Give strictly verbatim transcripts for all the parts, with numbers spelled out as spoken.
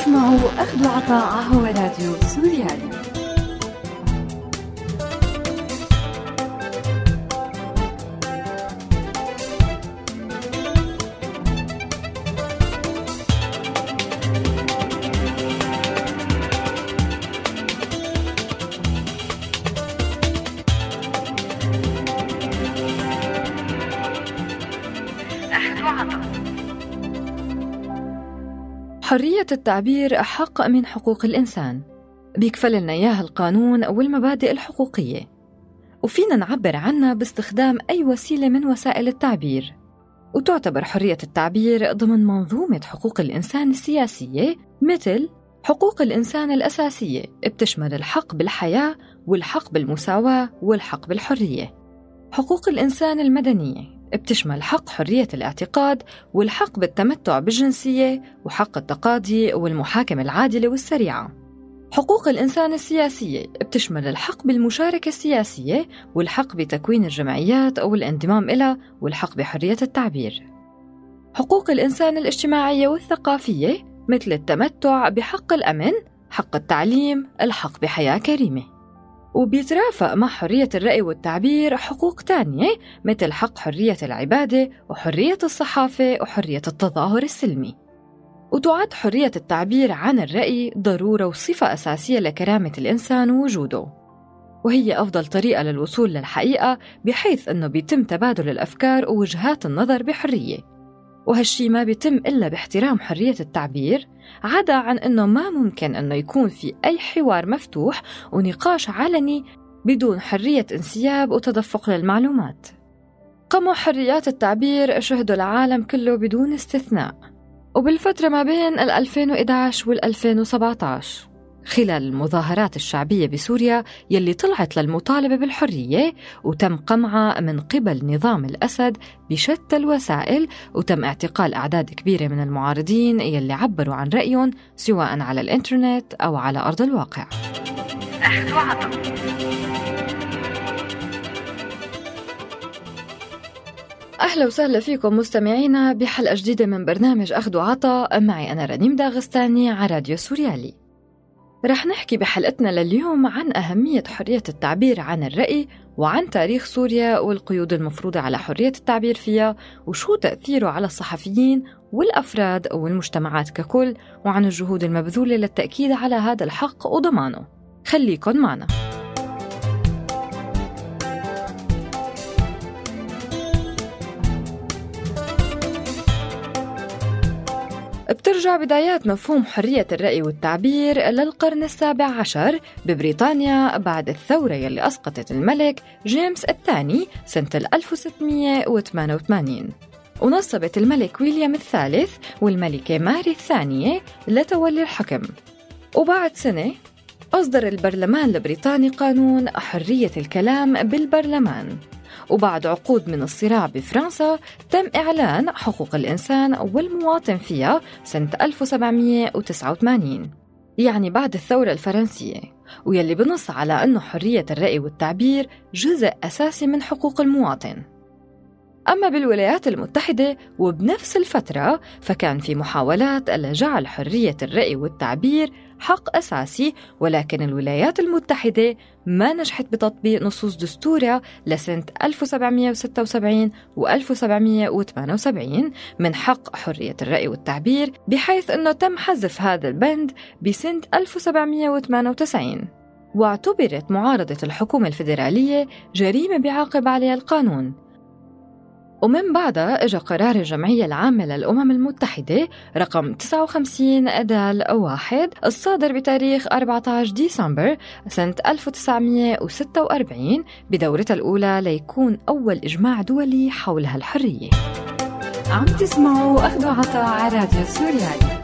تسمعوا أخذ وعطاء هو راديو سوريالي. حرية التعبير حق من حقوق الإنسان، بيكفل لنا إياها القانون والمبادئ الحقوقية، وفينا نعبر عنها باستخدام أي وسيلة من وسائل التعبير. وتعتبر حرية التعبير ضمن منظومة حقوق الإنسان السياسية، مثل حقوق الإنسان الأساسية بتشمل الحق بالحياة والحق بالمساواة والحق بالحرية. حقوق الإنسان المدنية بتشمل حق حرية الاعتقاد والحق بالتمتع بالجنسية وحق التقاضي والمحاكمة العادلة والسريعة. حقوق الإنسان السياسية بتشمل الحق بالمشاركة السياسية والحق بتكوين الجمعيات أو الانضمام إلها والحق بحرية التعبير. حقوق الإنسان الاجتماعية والثقافية مثل التمتع بحق الأمن، حق التعليم، الحق بحياة كريمة. وبيترافق مع حرية الرأي والتعبير حقوق تانية مثل حق حرية العبادة وحرية الصحافة وحرية التظاهر السلمي. وتعد حرية التعبير عن الرأي ضرورة وصفة أساسية لكرامة الإنسان ووجوده، وهي أفضل طريقة للوصول للحقيقة بحيث أنه بيتم تبادل الأفكار ووجهات النظر بحرية. وهالشي ما بيتم إلا باحترام حرية التعبير، عدا عن أنه ما ممكن أنه يكون في أي حوار مفتوح ونقاش علني بدون حرية انسياب وتدفق للمعلومات. قمع حريات التعبير شهدوا العالم كله بدون استثناء، وبالفترة ما بين ألفين وإحدى عشر وألفين وسبعة عشر خلال المظاهرات الشعبية بسوريا يلي طلعت للمطالبة بالحرية وتم قمعها من قبل نظام الأسد بشتى الوسائل، وتم اعتقال أعداد كبيرة من المعارضين يلي عبروا عن رأيهم سواء على الإنترنت أو على أرض الواقع. أهلا وسهلا فيكم مستمعينا بحلقة جديدة من برنامج أخذ وعطاء، معي أنا رنيم داغستاني على راديو سوريالي. رح نحكي بحلقتنا لليوم عن أهمية حرية التعبير عن الرأي، وعن تاريخ سوريا والقيود المفروضة على حرية التعبير فيها، وشو تأثيره على الصحفيين والأفراد والمجتمعات ككل، وعن الجهود المبذولة للتأكيد على هذا الحق وضمانه. خليكن معنا. بترجع بدايات مفهوم حرية الرأي والتعبير للقرن السابع عشر ببريطانيا بعد الثورة يلي أسقطت الملك جيمس الثاني سنة ألف وستمية وثمانية وثمانين، ونصبت الملك ويليام الثالث والملكة ماري الثانية لتولي الحكم. وبعد سنة أصدر البرلمان البريطاني قانون حرية الكلام بالبرلمان. وبعد عقود من الصراع بفرنسا تم إعلان حقوق الإنسان والمواطن فيها سنة ألف وسبعمية وتسعة وثمانين، يعني بعد الثورة الفرنسية، ويلي بنص على أنه حرية الرأي والتعبير جزء أساسي من حقوق المواطن. أما بالولايات المتحدة وبنفس الفترة فكان في محاولات لجعل حرية الرأي والتعبير حق أساسي، ولكن الولايات المتحدة ما نجحت بتطبيق نصوص دستورها لسنة ألف وسبعمية وستة وسبعين و ألف وسبعمية وثمانية وسبعين من حق حرية الرأي والتعبير، بحيث أنه تم حذف هذا البند بسنة ألف وسبعمية وثمانية وتسعين. واعتبرت معارضة الحكومة الفيدرالية جريمة بيعاقب عليها القانون. ومن بعدها اجى قرار الجمعية العامة للأمم المتحدة رقم تسعة وخمسين دال واحد الصادر بتاريخ أربعة عشر ديسمبر سنة ألف وتسعمية وستة وأربعين بدورتها الأولى ليكون أول إجماع دولي حول هالحرية. عم تسمعوا أخذ وعطاء على راديو سوريالي.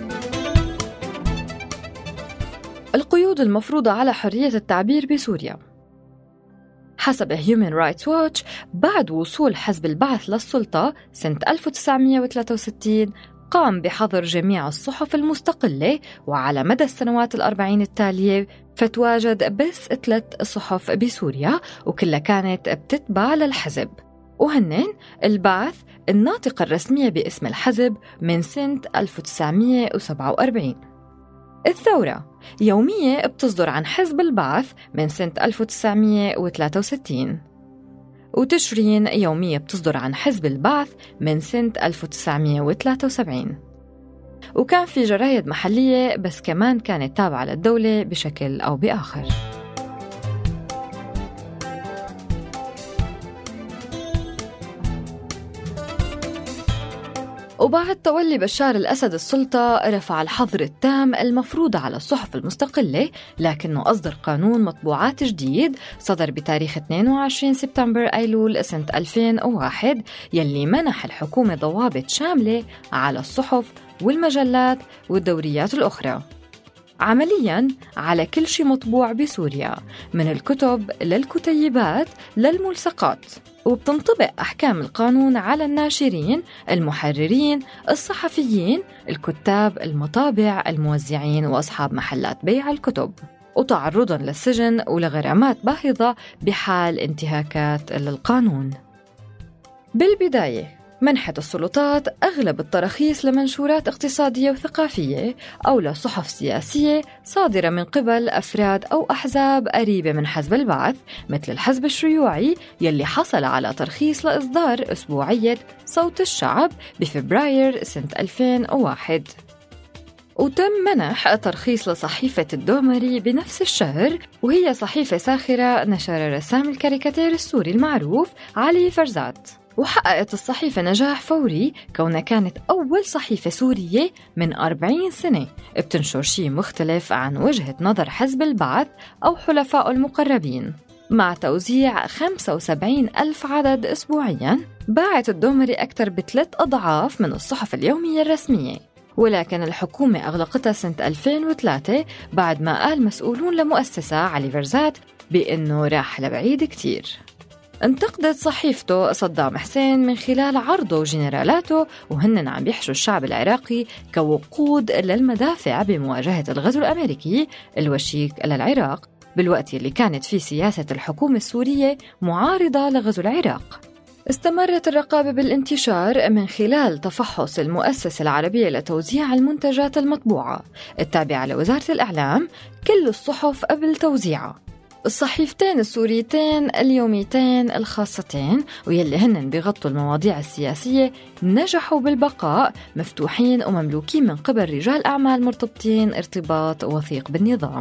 القيود المفروضة على حرية التعبير بسوريا. حسب Human Rights Watch، بعد وصول حزب البعث للسلطة سنة ألف وتسعمية وثلاثة وستين قام بحظر جميع الصحف المستقلة، وعلى مدى السنوات الأربعين التالية فتواجد بس ثلاث صحف بسوريا وكلها كانت بتتبع للحزب، وهنن البعث الناطقة الرسمية باسم الحزب من سنة ألف وتسعمية وسبعة وأربعين. الثورة يومية بتصدر عن حزب البعث من سنة ألف وتسعمية وثلاثة وستين، وتشرين يومية بتصدر عن حزب البعث من سنة ألف وتسعمية وثلاثة وسبعين. وكان في جرايد محلية بس كمان كانت تابعة للدولة بشكل أو بآخر. وبعد تولي بشار الأسد السلطة رفع الحظر التام المفروض على الصحف المستقلة، لكنه أصدر قانون مطبوعات جديد صدر بتاريخ اثنين وعشرين سبتمبر أيلول سنة ألفين وواحد يلي منح الحكومة ضوابط شاملة على الصحف والمجلات والدوريات الأخرى، عملياً على كل شيء مطبوع بسوريا من الكتب للكتيبات للملصقات. وبتنطبق أحكام القانون على الناشرين، المحررين، الصحفيين، الكتاب، المطابع، الموزعين، وأصحاب محلات بيع الكتب، وتعرضاً للسجن ولغرامات باهظة بحال انتهاكات للقانون. بالبداية منحت السلطات أغلب التراخيص لمنشورات اقتصادية وثقافية أو لصحف سياسية صادرة من قبل أفراد أو أحزاب قريبة من حزب البعث، مثل الحزب الشيوعي يلي حصل على ترخيص لإصدار أسبوعية صوت الشعب بفبراير سنة ألفين وواحد. وتم منح ترخيص لصحيفة الدومري بنفس الشهر، وهي صحيفة ساخرة نشر رسام الكاريكاتير السوري المعروف علي فرزات. وحققت الصحيفة نجاح فوري كونها كانت أول صحيفة سورية من أربعين سنة بتنشر شيء مختلف عن وجهة نظر حزب البعث أو حلفائه المقربين، مع توزيع خمسة وسبعين ألف عدد أسبوعياً. باعت الدومري أكثر بثلاث أضعاف من الصحف اليومية الرسمية، ولكن الحكومة أغلقتها سنة ألفين وثلاثة بعد ما قال مسؤولون لمؤسسة علي فرزات بأنه راح لبعيد كتير. انتقدت صحيفته صدام حسين من خلال عرضه جنرالاته وهن عم بيحشوا الشعب العراقي كوقود للمدافع بمواجهة الغزو الأمريكي الوشيك للعراق، بالوقت اللي كانت فيه سياسة الحكومة السورية معارضة لغزو العراق. استمرت الرقابة بالانتشار من خلال تفحص المؤسسة العربية لتوزيع المنتجات المطبوعة التابعة لوزارة الإعلام كل الصحف قبل توزيعها. الصحيفتين السوريتين اليوميتين الخاصتين ويلي هن بيغطوا المواضيع السياسية نجحوا بالبقاء مفتوحين ومملوكين من قبل رجال أعمال مرتبطين ارتباط وثيق بالنظام،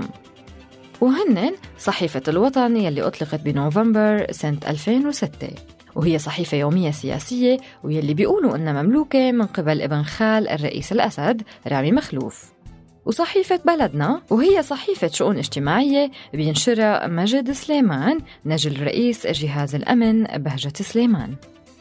وهن صحيفة الوطن يلي أطلقت بنوفمبر سنة ألفين وستة، وهي صحيفة يومية سياسية ويلي بيقولوا إنها مملوكة من قبل ابن خال الرئيس الأسد رامي مخلوف. وصحيفة بلدنا وهي صحيفة شؤون اجتماعية بينشرها مجد سليمان نجل رئيس جهاز الأمن بهجة سليمان.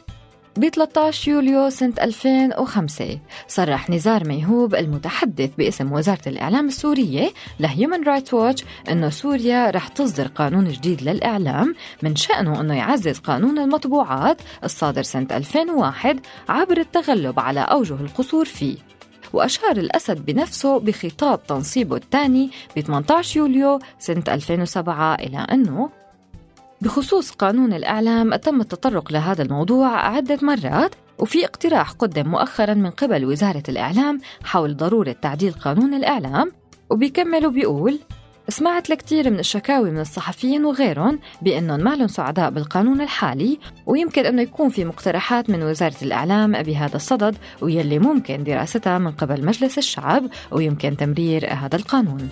ب ثلاثة عشر يوليو سنة ألفين وخمسة صرح نزار ميهوب المتحدث باسم وزارة الإعلام السورية لهيومن رايتس ووتش أنه سوريا رح تصدر قانون جديد للإعلام من شأنه أنه يعزز قانون المطبوعات الصادر سنة ألفين وواحد عبر التغلب على أوجه القصور فيه. وأشار الأسد بنفسه بخطاب تنصيبه الثاني ب ثمانية عشر يوليو سنة ألفين وسبعة إلى أنه بخصوص قانون الإعلام تم التطرق لهذا الموضوع عدة مرات، وفي اقتراح قدم مؤخراً من قبل وزارة الإعلام حول ضرورة تعديل قانون الإعلام. وبيكمل وبيقول: سمعت لكتير من الشكاوي من الصحفيين وغيرهم بأنهم ما لهم سعداء بالقانون الحالي، ويمكن أنه يكون في مقترحات من وزارة الإعلام بهذا الصدد ويلي ممكن دراستها من قبل مجلس الشعب ويمكن تمرير هذا القانون.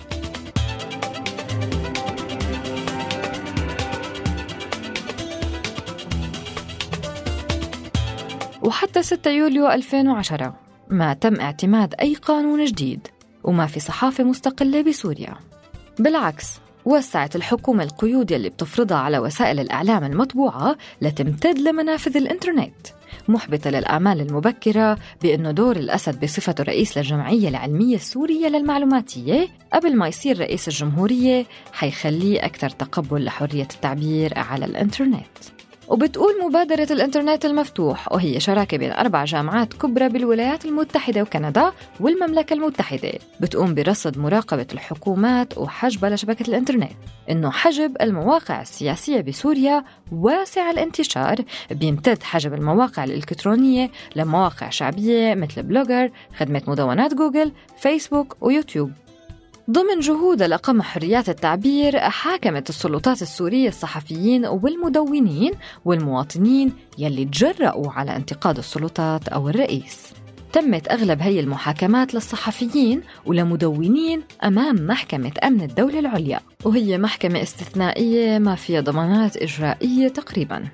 وحتى ستة يوليو ألفين وعشرة ما تم اعتماد أي قانون جديد وما في صحافة مستقلة بسوريا. بالعكس، وسعت الحكومة القيود يلي بتفرضها على وسائل الإعلام المطبوعة لتمتد لمنافذ الإنترنت، محبطة للآمال المبكرة بأنه دور الأسد بصفته رئيس للجمعية العلمية السورية للمعلوماتية قبل ما يصير رئيس الجمهورية حيخليه أكثر تقبل لحرية التعبير على الإنترنت. وبتقول مبادرة الإنترنت المفتوح، وهي شراكة بين أربع جامعات كبرى بالولايات المتحدة وكندا والمملكة المتحدة، بتقوم برصد مراقبة الحكومات وحجب لشبكة الإنترنت، إنه حجب المواقع السياسية بسوريا واسع الانتشار، بيمتد حجب المواقع الإلكترونية لمواقع شعبية مثل بلوجر، خدمة مدونات جوجل، فيسبوك ويوتيوب. ضمن جهودها لقمع حريات التعبير، حاكمت السلطات السورية الصحفيين والمدونين والمواطنين يلي تجرؤوا على انتقاد السلطات أو الرئيس. تمت أغلب هي المحاكمات للصحفيين ولمدونين أمام محكمة أمن الدولة العليا، وهي محكمة استثنائية ما فيها ضمانات إجرائية تقريباً.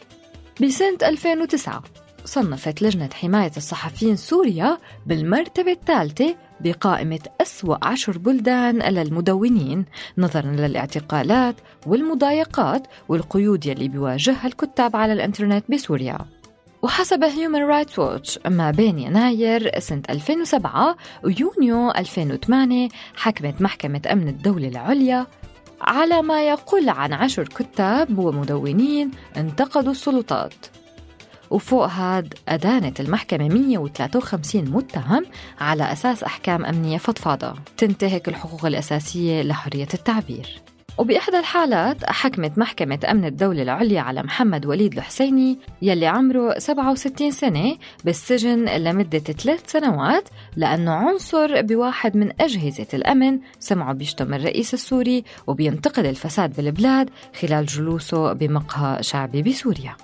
بسنة ألفين وتسعة صنفت لجنة حماية الصحفيين سوريا بالمرتبة الثالثة بقائمة أسوأ عشر بلدان للمدونين نظراً للاعتقالات والمضايقات والقيود يلي بيواجهها الكتاب على الإنترنت بسوريا. وحسب Human Rights Watch ما بين يناير سنة ألفين وسبعة ويونيو ألفين وثمانية حكمت محكمة أمن الدولة العليا على ما يقل عن عشر كتاب ومدونين انتقدوا السلطات. وفوق هاد أدانت المحكمة مئة وثلاثة وخمسين متهم على أساس أحكام أمنية فضفاضة تنتهك الحقوق الأساسية لحرية التعبير. وبإحدى الحالات حكمت محكمة أمن الدولة العليا على محمد وليد الحسيني يلي عمره سبعة وستين سنة بالسجن لمدة ثلاث سنوات لأنه عنصر بواحد من أجهزة الأمن سمعه بيشتم الرئيس السوري وبينتقد الفساد بالبلاد خلال جلوسه بمقهى شعبي بسوريا.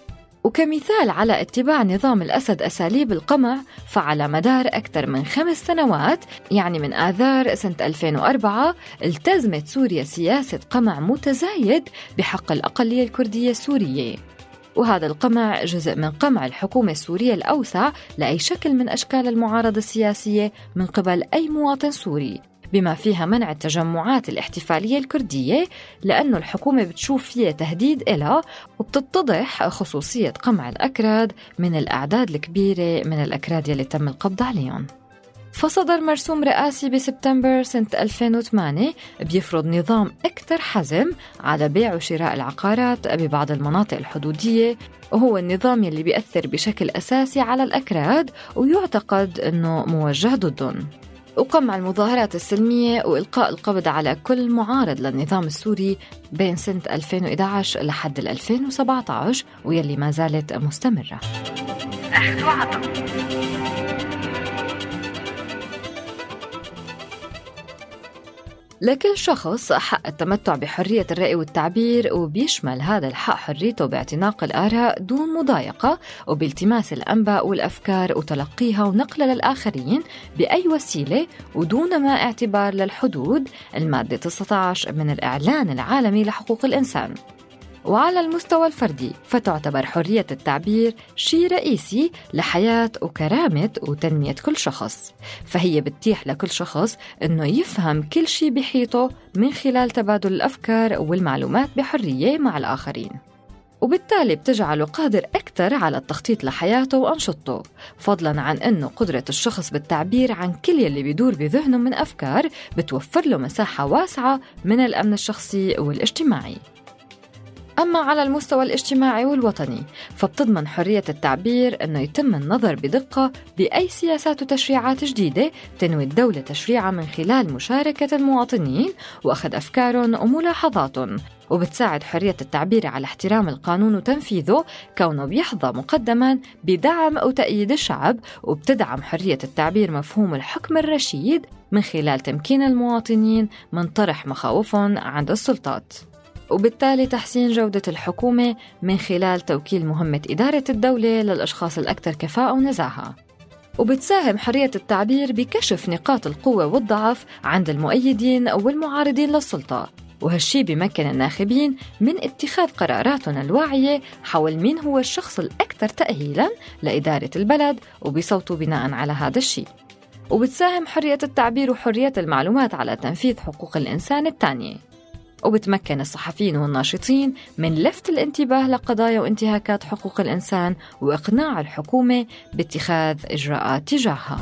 وكمثال على اتباع نظام الأسد أساليب القمع، فعلى مدار أكثر من خمس سنوات يعني من آذار سنة ألفين وأربعة التزمت سوريا سياسة قمع متزايد بحق الأقلية الكردية السورية، وهذا القمع جزء من قمع الحكومة السورية الأوسع لأي شكل من أشكال المعارضة السياسية من قبل أي مواطن سوري، بما فيها منع التجمعات الاحتفالية الكردية لأنه الحكومة بتشوف فيها تهديد إلها، وبتتضح خصوصية قمع الأكراد من الأعداد الكبيرة من الأكراد يلي تم القبض عليهم. فصدر مرسوم رئاسي بسبتمبر سنة ألفين وثمانية بيفرض نظام أكثر حزم على بيع وشراء العقارات ببعض المناطق الحدودية، وهو النظام يلي بيأثر بشكل أساسي على الأكراد ويعتقد أنه موجه ضدهم. وقمع المظاهرات السلمية وإلقاء القبض على كل معارض للنظام السوري بين سنة ألفين وإحدى عشر لحد ألفين وسبعة عشر ويلي ما زالت مستمرة. أخذ وعطاء. لكل شخص حق التمتع بحرية الرأي والتعبير، وبيشمل هذا الحق حريته باعتناق الآراء دون مضايقة وبالتماس الأنباء والأفكار وتلقيها ونقلها للآخرين بأي وسيلة ودون ما اعتبار للحدود، المادة تسعة عشر من الإعلان العالمي لحقوق الإنسان. وعلى المستوى الفردي فتعتبر حرية التعبير شيء رئيسي لحياة وكرامة وتنمية كل شخص، فهي بتتيح لكل شخص أنه يفهم كل شيء بحيطه من خلال تبادل الأفكار والمعلومات بحرية مع الآخرين، وبالتالي بتجعله قادر أكثر على التخطيط لحياته وأنشطته، فضلاً عن أنه قدرة الشخص بالتعبير عن كل يلي بيدور بذهنه من أفكار بتوفر له مساحة واسعة من الأمن الشخصي والاجتماعي. أما على المستوى الاجتماعي والوطني فبتضمن حرية التعبير أنه يتم النظر بدقة بأي سياسات وتشريعات جديدة تنوي الدولة تشريعها من خلال مشاركة المواطنين وأخذ أفكارهم وملاحظاتهم، وبتساعد حرية التعبير على احترام القانون وتنفيذه كونه بيحظى مقدماً بدعم أو تأييد الشعب، وبتدعم حرية التعبير مفهوم الحكم الرشيد من خلال تمكين المواطنين من طرح مخاوفهم عند السلطات، وبالتالي تحسين جودة الحكومة من خلال توكيل مهمة إدارة الدولة للأشخاص الأكثر كفاءة ونزاهة. وبتساهم حرية التعبير بكشف نقاط القوة والضعف عند المؤيدين والمعارضين للسلطة، وهالشي بيمكن الناخبين من اتخاذ قراراتهم الواعية حول مين هو الشخص الأكثر تأهيلاً لإدارة البلد وبصوتوا بناء على هذا الشيء. وبتساهم حرية التعبير وحرية المعلومات على تنفيذ حقوق الإنسان التانية، وبتمكن الصحفيين والناشطين من لفت الانتباه لقضايا وانتهاكات حقوق الإنسان وإقناع الحكومة باتخاذ إجراءات تجاهها.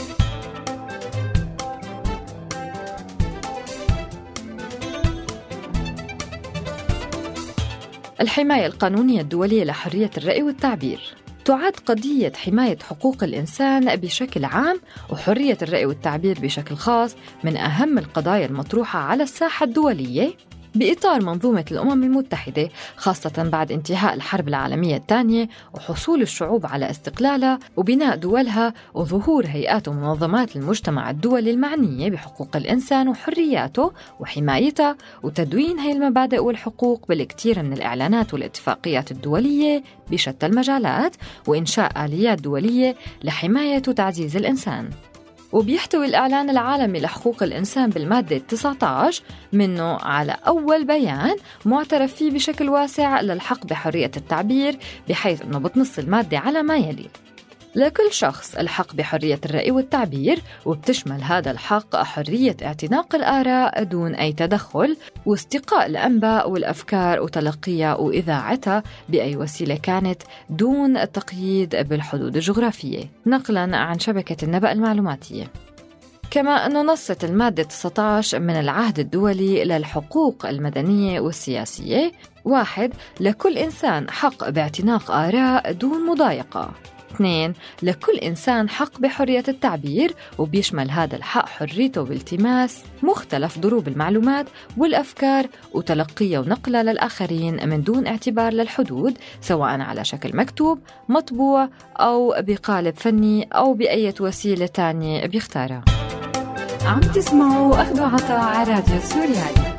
الحماية القانونية الدولية لحرية الرأي والتعبير تعد قضية حماية حقوق الإنسان بشكل عام وحرية الرأي والتعبير بشكل خاص من أهم القضايا المطروحة على الساحة الدولية، بإطار منظومة الأمم المتحدة، خاصة بعد انتهاء الحرب العالمية الثانية وحصول الشعوب على استقلالها وبناء دولها وظهور هيئات ومنظمات المجتمع الدولي المعنية بحقوق الإنسان وحرياته وحمايتها وتدوين هاي المبادئ والحقوق بالكثير من الإعلانات والاتفاقيات الدولية بشتى المجالات، وإنشاء آليات دولية لحماية وتعزيز الإنسان. وبيحتوي الإعلان العالمي لحقوق الإنسان بالمادة تسعة عشر منه على أول بيان معترف فيه بشكل واسع للحق بحرية التعبير، بحيث أنه بتنص المادة على ما يلي: لكل شخص الحق بحرية الرأي والتعبير، وبتشمل هذا الحق حرية اعتناق الآراء دون أي تدخل، واستقاء الأنباء والأفكار وتلقيها وإذاعتها بأي وسيلة كانت دون تقييد بالحدود الجغرافية، نقلاً عن شبكة النبأ المعلوماتية. كما أنه نصت المادة تسعة عشر من العهد الدولي للحقوق المدنية والسياسية: واحد، لكل إنسان حق باعتناق آراء دون مضايقة. اثنين، لكل إنسان حق بحرية التعبير، وبيشمل هذا الحق حريته بالتماس مختلف ضروب المعلومات والأفكار وتلقيها ونقلها للآخرين من دون اعتبار للحدود، سواء على شكل مكتوب، مطبوع، أو بقالب فني، أو بأي وسيلة تانية بيختارها. عم تسمعوا أخذ وعطاء على راديو سوريالي.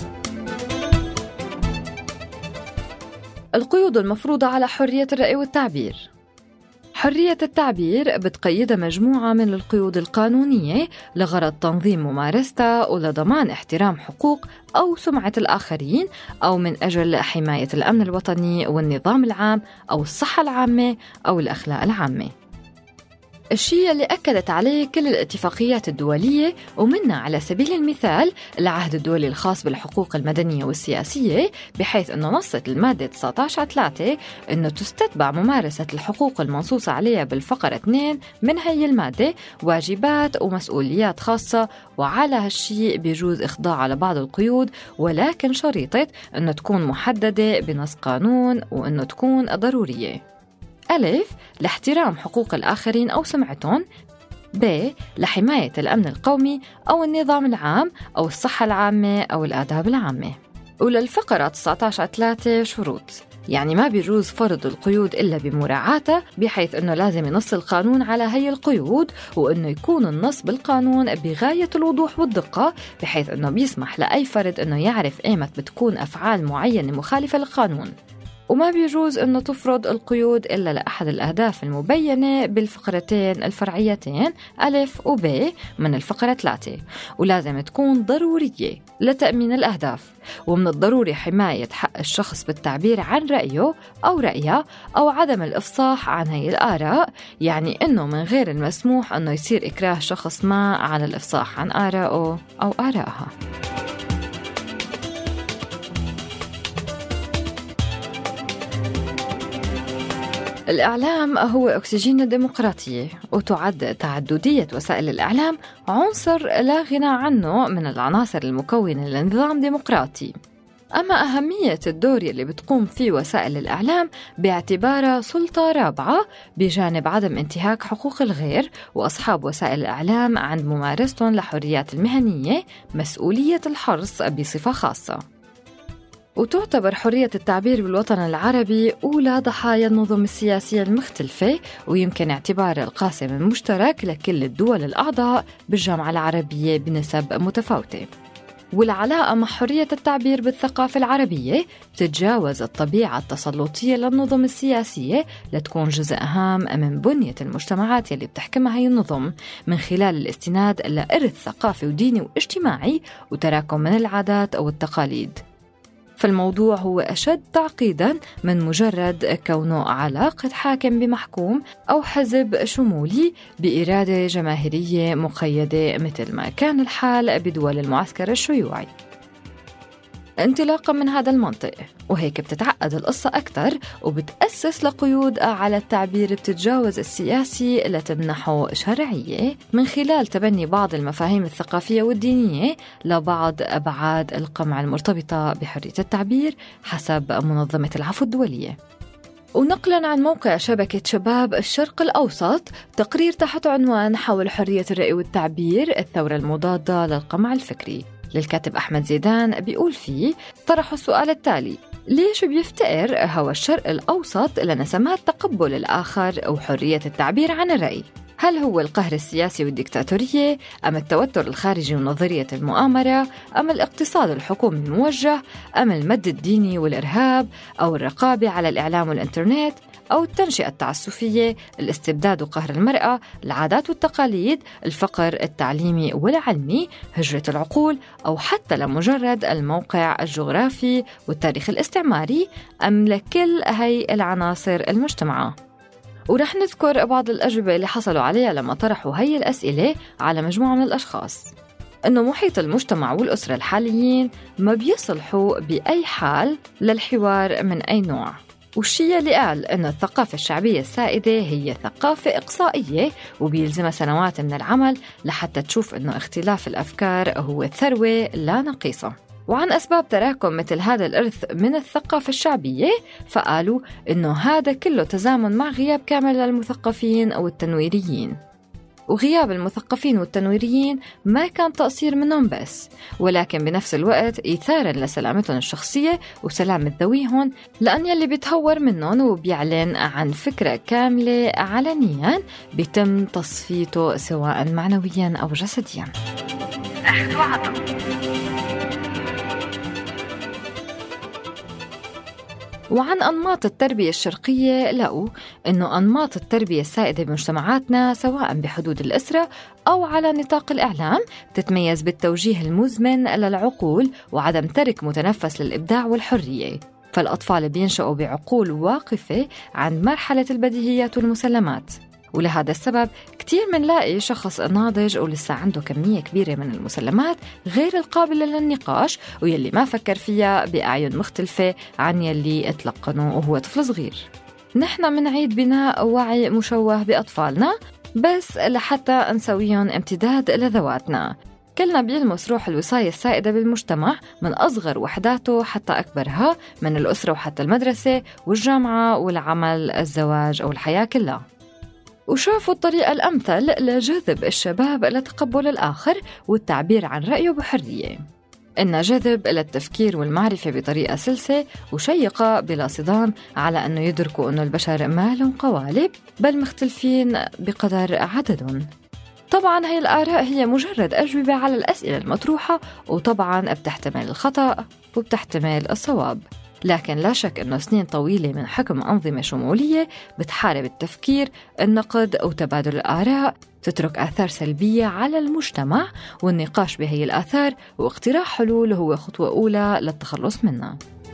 القيود المفروضة على حرية الرأي والتعبير. حرية التعبير بتقيدها مجموعة من القيود القانونية لغرض تنظيم ممارستها ولضمان احترام حقوق أو سمعة الآخرين، أو من أجل حماية الأمن الوطني والنظام العام أو الصحة العامة أو الأخلاق العامة. الشيء اللي أكدت عليه كل الاتفاقيات الدولية، ومنها على سبيل المثال العهد الدولي الخاص بالحقوق المدنية والسياسية، بحيث أنه نصت المادة تسعة عشر ثلاثة أنه تستتبع ممارسة الحقوق المنصوص عليها بالفقرة اثنين من هي المادة واجبات ومسؤوليات خاصة، وعلى هالشيء بيجوز إخضاعها لبعض القيود، ولكن شريطة أنه تكون محددة بنص قانون وأنه تكون ضرورية: ألف، لاحترام حقوق الآخرين أو سمعتهم. ب، لحماية الأمن القومي أو النظام العام أو الصحة العامة أو الآداب العامة. وللفقرة تسعة عشر ثلاثة شروط، يعني ما بيجوز فرض القيود إلا بمراعاتها، بحيث أنه لازم ينص القانون على هي القيود، وأنه يكون النص بالقانون بغاية الوضوح والدقة، بحيث أنه بيسمح لأي فرد أنه يعرف إيمت بتكون أفعال معينة مخالفة للقانون. وما بيجوز أنه تفرض القيود إلا لأحد الأهداف المبينة بالفقرتين الفرعيتين ألف وب من الفقرة ثلاثة، ولازم تكون ضرورية لتأمين الأهداف. ومن الضروري حماية حق الشخص بالتعبير عن رأيه أو رأيها، أو عدم الإفصاح عن هي الآراء، يعني أنه من غير المسموح أنه يصير إكراه شخص ما على الإفصاح عن آرائه أو آرائها. الإعلام هو أكسجين الديمقراطية، وتعد تعددية وسائل الإعلام عنصر لا غنى عنه من العناصر المكونة لنظام ديمقراطي. أما أهمية الدور اللي بتقوم فيه وسائل الإعلام باعتبارها سلطة رابعة بجانب عدم انتهاك حقوق الغير وأصحاب وسائل الإعلام عند ممارستهم لحريات المهنية، مسؤولية الحرص بصفة خاصة. وتعتبر حرية التعبير بالوطن العربي أولى ضحايا النظم السياسية المختلفة، ويمكن اعتبارها القاسم المشترك لكل الدول الأعضاء بالجامعة العربية بنسب متفاوتة. والعلاقة مع حرية التعبير بالثقافة العربية بتتجاوز الطبيعة التسلطية للنظم السياسية لتكون جزء هام من بنية المجتمعات اللي بتحكمها هي النظم، من خلال الاستناد لإرث ثقافي وديني واجتماعي وتراكم من العادات أو التقاليد. فالموضوع هو أشد تعقيداً من مجرد كونه علاقة حاكم بمحكوم أو حزب شمولي بإرادة جماهيرية مقيدة مثل ما كان الحال بدول المعسكر الشيوعي. انطلاقاً من هذا المنطق، وهيك بتتعقد القصة أكثر وبتأسس لقيود على التعبير بتتجاوز السياسي لتمنحه شرعية من خلال تبني بعض المفاهيم الثقافية والدينية لبعض أبعاد القمع المرتبطة بحرية التعبير حسب منظمة العفو الدولية. ونقلاً عن موقع شبكة شباب الشرق الأوسط، تقرير تحت عنوان حول حرية الرأي والتعبير الثورة المضادة للقمع الفكري، للكاتب أحمد زيدان بيقول فيه: طرحوا السؤال التالي: ليش بيفتقر هوى الشرق الأوسط لنسمات تقبل الآخر أو حرية التعبير عن الرأي؟ هل هو القهر السياسي والديكتاتورية، أم التوتر الخارجي ونظرية المؤامرة، أم الاقتصاد الحكومي الموجه، أم المد الديني والإرهاب، أو الرقابة على الإعلام والإنترنت، أو التنشئة التعسفية، الاستبداد وقهر المرأة، العادات والتقاليد، الفقر التعليمي والعلمي، هجرة العقول، أو حتى لمجرد الموقع الجغرافي والتاريخ الاستعماري، أم لكل هاي العناصر المجتمعة؟ ورح نذكر بعض الأجوبة اللي حصلوا عليها لما طرحوا هاي الأسئلة على مجموعة من الأشخاص. إنه محيط المجتمع والأسرة الحاليين ما بيصلحوا بأي حال للحوار من أي نوع. والشيء اللي قال إنه الثقافة الشعبية السائدة هي ثقافة إقصائية وبيلزمها سنوات من العمل لحتى تشوف إنه اختلاف الأفكار هو ثروة لا نقيصة. وعن أسباب تراكم مثل هذا الإرث من الثقافة الشعبية فقالوا إنه هذا كله تزامن مع غياب كامل للمثقفين أو التنويريين. وغياب المثقفين والتنويريين ما كان تقصير منهم بس، ولكن بنفس الوقت إيثاراً لسلامتهم الشخصية وسلامة ذويهم، لأن يلي بيتهور منهم وبيعلن عن فكرة كاملة علنياً بيتم تصفيته سواء معنوياً أو جسدياً. أخذ وعطا. وعن أنماط التربية الشرقية لقوا إنه أنماط التربية السائدة بمجتمعاتنا سواء بحدود الأسرة أو على نطاق الإعلام تتميز بالتوجيه المزمن للعقول وعدم ترك متنفس للإبداع والحرية. فالأطفال بينشأوا بعقول واقفة عن مرحلة البديهيات والمسلمات، ولهذا السبب كتير منلاقي شخص ناضج ولسه عنده كمية كبيرة من المسلمات غير القابلة للنقاش ويلي ما فكر فيها بأعين مختلفة عن يلي اتلقنه وهو طفل صغير. نحن منعيد بناء وعي مشوه بأطفالنا بس لحتى نسويهم امتداد لذواتنا. كلنا بيلمس روح الوصاية السائدة بالمجتمع من أصغر وحداته حتى أكبرها، من الأسرة وحتى المدرسة والجامعة والعمل الزواج أو الحياة كلها. وشافوا الطريقة الأمثل لجذب الشباب لتقبل الآخر والتعبير عن رأيه بحرية، إن جذب إلى التفكير والمعرفة بطريقة سلسة وشيقة بلا صدام، على أنه يدركوا أنه البشر ما لهم قوالب بل مختلفين بقدر عددهم. طبعاً هاي الآراء هي مجرد أجوبة على الأسئلة المطروحة، وطبعاً بتحتمل الخطأ وبتحتمل الصواب، لكن لا شك أنه سنين طويلة من حكم أنظمة شمولية بتحارب التفكير، النقد أو تبادل الآراء تترك آثار سلبية على المجتمع، والنقاش بهي الآثار واقتراح حلول هو خطوة أولى للتخلص منها.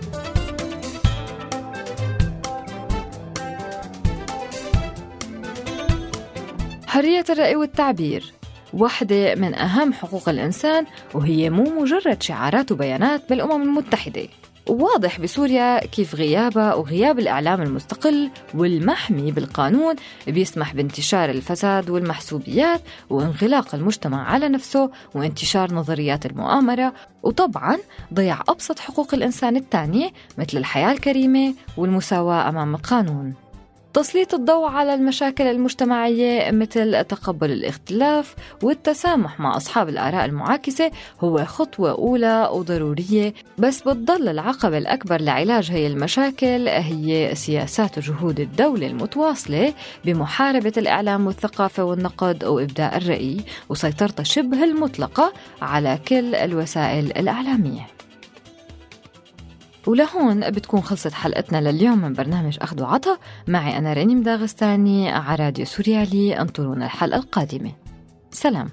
حرية الرأي والتعبير واحدة من أهم حقوق الإنسان، وهي مو مجرد شعارات وبيانات بالأمم المتحدة. وواضح بسوريا كيف غيابها وغياب الإعلام المستقل والمحمي بالقانون بيسمح بانتشار الفساد والمحسوبيات وانغلاق المجتمع على نفسه وانتشار نظريات المؤامرة، وطبعاً ضياع أبسط حقوق الإنسان التانية مثل الحياة الكريمة والمساواة أمام القانون. تسليط الضوء على المشاكل المجتمعية مثل تقبل الاختلاف والتسامح مع أصحاب الآراء المعاكسة هو خطوة أولى وضرورية، بس بتضل العقبة الأكبر لعلاج هي المشاكل هي سياسات وجهود الدولة المتواصلة بمحاربة الإعلام والثقافة والنقد وإبداء الرأي وسيطرة شبه المطلقة على كل الوسائل الإعلامية. ولهون بتكون خلصت حلقتنا لليوم من برنامج أخذ وعطا. معي أنا رانيم داغستاني على راديو سوريالي. انطرونا الحلقة القادمة. سلام.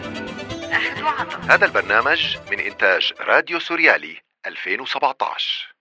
هذا البرنامج من إنتاج راديو سوريالي ألفين وسبعة عشر.